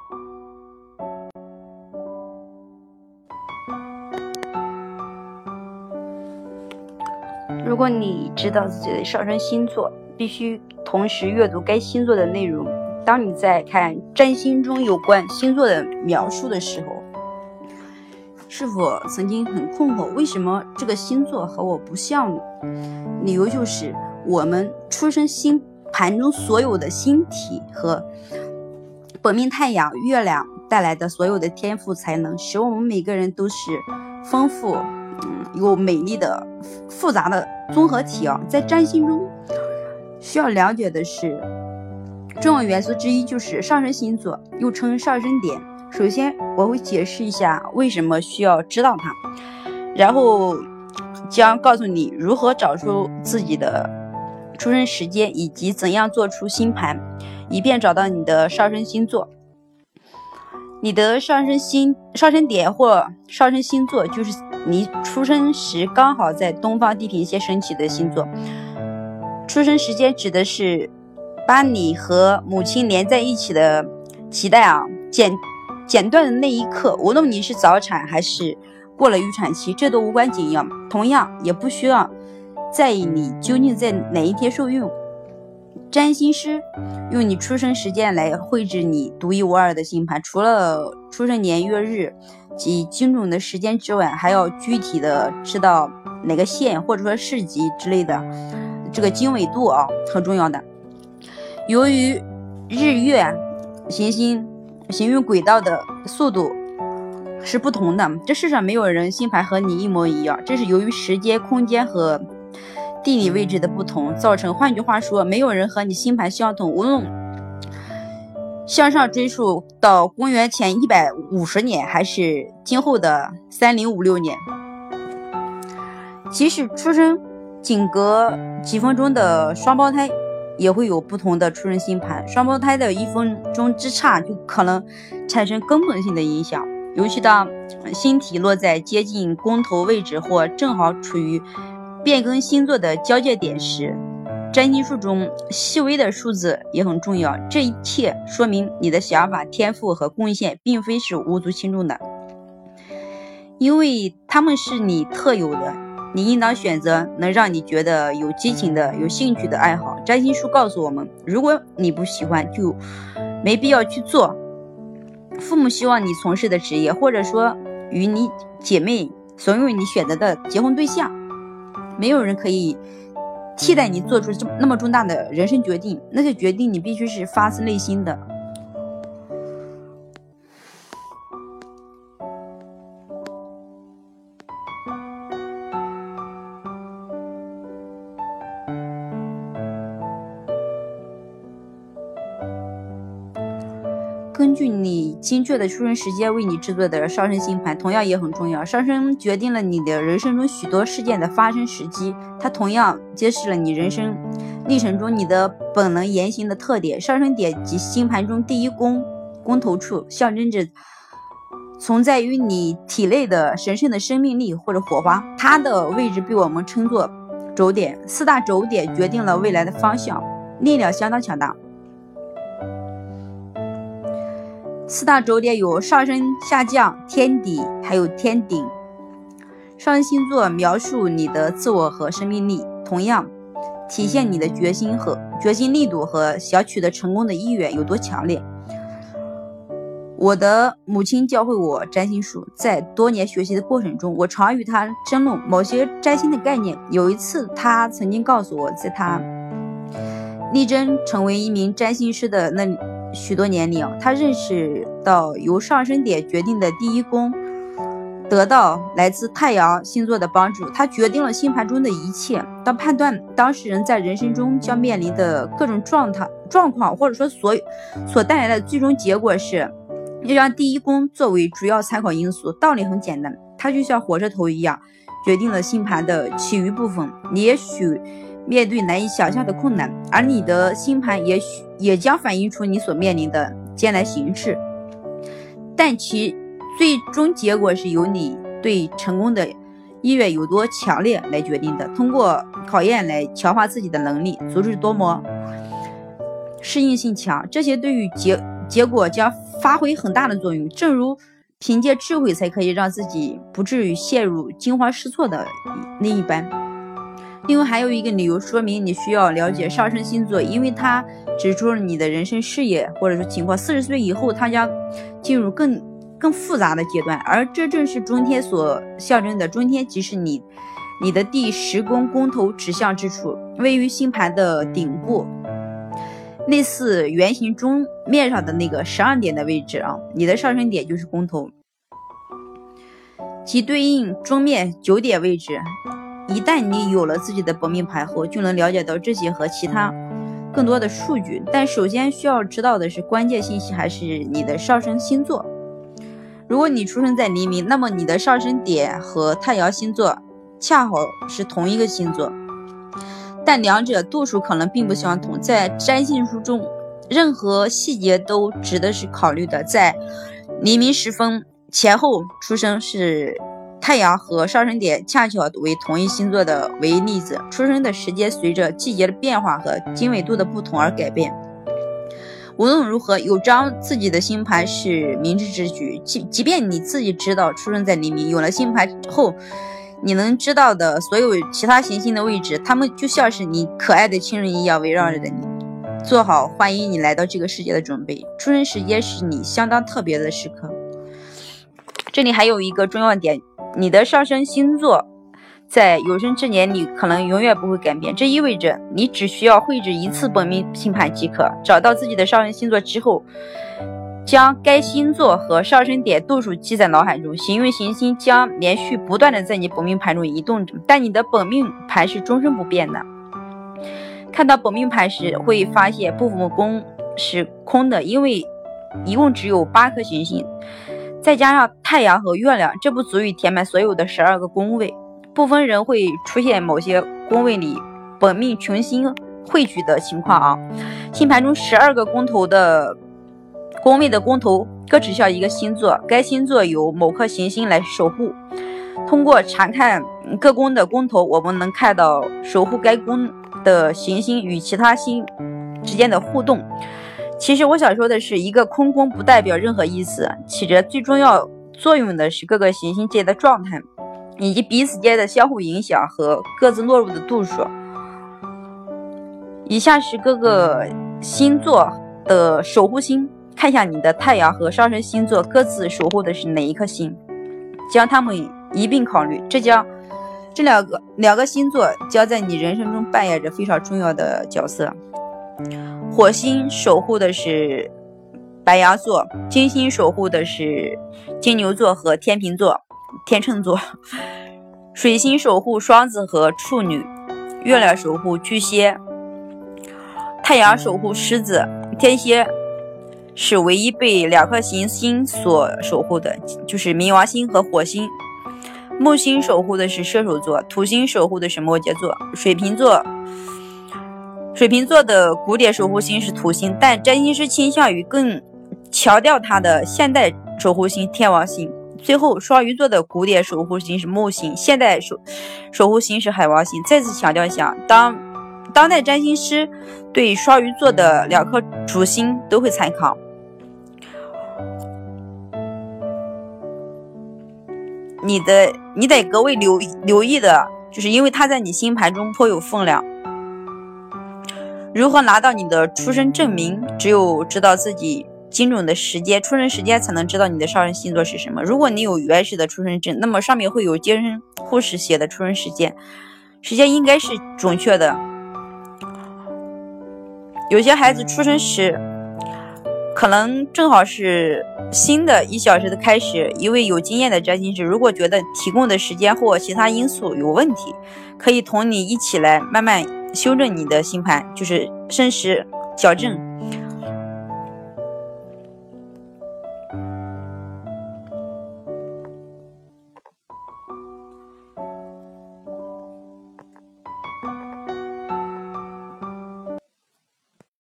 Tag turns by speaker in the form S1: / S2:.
S1: 如果你知道自己的上升星座，必须同时阅读该星座的内容。当你在看占星中有关星座的描述的时候，是否曾经很困惑，为什么这个星座和我不像呢？理由就是我们出生星盘中所有的星体和本命太阳、月亮带来的所有的天赋才能，使我们每个人都是丰富有美丽的复杂的综合体在占星中需要了解的是，重要元素之一就是上升星座，又称上升点。首先我会解释一下为什么需要知道它，然后将告诉你如何找出自己的出生时间，以及怎样做出星盘，以便找到你的上升星座。你的上升点或上升星座就是你出生时刚好在东方地平线升起的星座。出生时间指的是把你和母亲连在一起的脐带剪断的那一刻，无论你是早产还是过了预产期，这都无关紧要，同样也不需要在意你究竟在哪一天受孕。占星师用你出生时间来绘制你独一无二的星盘，除了出生年月日及精准的时间之外，还要具体的知道哪个县或者说市级之类的，这个经纬度很重要的。由于日月行运轨道的速度是不同的，这世上没有人星盘和你一模一样，这是由于时间、空间和地理位置的不同造成。换句话说，没有人和你星盘相同，无论向上追溯到公元前150年还是今后的3056年。即使出生仅隔几分钟的双胞胎也会有不同的出生星盘，双胞胎的1分钟之差就可能产生根本性的影响。尤其当星体落在接近公头位置或正好处于变更星座的交界点时，占星术中细微的数字也很重要。这一切说明你的想法、天赋和贡献并非是无足轻重的，因为它们是你特有的。你应当选择能让你觉得有激情的、有兴趣的爱好。占星术告诉我们，如果你不喜欢，就没必要去做父母希望你从事的职业，或者说与你姐妹怂恿你选择的结婚对象。没有人可以替代你做出那么重大的人生决定，那些决定你必须是发自内心的。根据你精确的出生时间为你制作的上升星盘同样也很重要。上升决定了你的人生中许多事件的发生时机，它同样揭示了你人生历程中你的本能言行的特点。上升点及星盘中第一宫头处，象征着存在于你体内的神圣的生命力或者火花，它的位置被我们称作轴点。4大轴点决定了未来的方向，力量相当强大。4大轴点有上升、下降、天底还有天顶。上升星座描述你的自我和生命力，同样体现你的决心力度和想取得成功的意愿有多强烈。我的母亲教会我占星术，在多年学习的过程中，我常与她争论某些占星的概念。有一次她曾经告诉我，在她力争成为一名占星师的那许多年里他认识到由上升点决定的第一宫得到来自太阳星座的帮助，他决定了星盘中的一切。当判断当事人在人生中将面临的各种状况，或者说所带来的最终结果是要让第一宫作为主要参考因素。道理很简单，它就像火车头一样，决定了星盘的其余部分。你也许面对难以想象的困难，而你的星盘也将反映出你所面临的艰难形势，但其最终结果是由你对成功的意愿有多强烈来决定的。通过考验来强化自己的能力，足智多谋，适应性强，这些对于结果将发挥很大的作用。正如凭借智慧才可以让自己不至于陷入惊慌失措的那一般。另外还有一个理由说明你需要了解上升星座，因为它指出了你的人生事业或者说情况，40岁以后它将进入更复杂的阶段，而这正是中天所象征的。中天即是你的第10宫宫头指向之处，位于星盘的顶部，类似圆形钟面上的那个12点的位置啊，你的上升点就是宫头，即对应钟面9点位置。一旦你有了自己的本命盘后，就能了解到这些和其他更多的数据。但首先需要知道的是，关键信息还是你的上升星座。如果你出生在黎明，那么你的上升点和太阳星座恰好是同一个星座，但两者度数可能并不相同。在占星术中，任何细节都值得是考虑的。在黎明时分前后出生是太阳和上升点恰巧为同一星座的为例子，出生的时间随着季节的变化和经纬度的不同而改变。无论如何，有张自己的星盘是明智之举。即便你自己知道出生在黎明，有了星盘后，你能知道的所有其他行星的位置，它们就像是你可爱的亲人一样围绕着你，做好欢迎你来到这个世界的准备。出生时间是你相当特别的时刻。这里还有一个重要点，你的上升星座在有生之年你可能永远不会改变，这意味着你只需要绘制一次本命星盘即可。找到自己的上升星座之后，将该星座和上升点度数记在脑海中，行运行星将连续不断的在你本命盘中移动着，但你的本命盘是终身不变的。看到本命盘时会发现部分宫是空的，因为一共只有8颗行星，再加上太阳和月亮，这不足以填满所有的12个宫位。部分人会出现某些宫位里本命群星汇聚的情况啊。星盘中12个宫头的宫位的宫头各指向一个星座，该星座由某颗行星来守护。通过查看各宫的宫头，我们能看到守护该宫的行星与其他星之间的互动。其实我想说的是，一个空宫不代表任何意思，起着最重要作用的是各个行星间的状态，以及彼此间的相互影响和各自落入的度数。以下是各个星座的守护星，看向你的太阳和上升星座各自守护的是哪一颗星，将它们一并考虑。这两个星座将在你人生中扮演着非常重要的角色。火星守护的是白羊座，金星守护的是金牛座和天秤座，水星守护双子和处女，月亮守护巨蟹，太阳守护狮子，天蝎是唯一被2颗行星所守护的，就是冥王星和火星。木星守护的是射手座，土星守护的是摩羯座，水瓶座的古典守护星是土星，但占星师倾向于更强调它的现代守护星天王星。最后，双鱼座的古典守护星是木星，现代守护星是海王星。再次强调一下，当代占星师对双鱼座的2颗主星都会参考。你得格外留意的就是因为它在你星盘中颇有分量。如何拿到你的出生证明？只有知道自己精准的出生时间才能知道你的上升星座是什么。如果你有原始的出生证，那么上面会有接生护士写的出生时间应该是准确的。有些孩子出生时可能正好是新的1小时的开始。一位有经验的占星师如果觉得提供的时间或其他因素有问题，可以同你一起来慢慢修正你的星盘，就是生时矫正。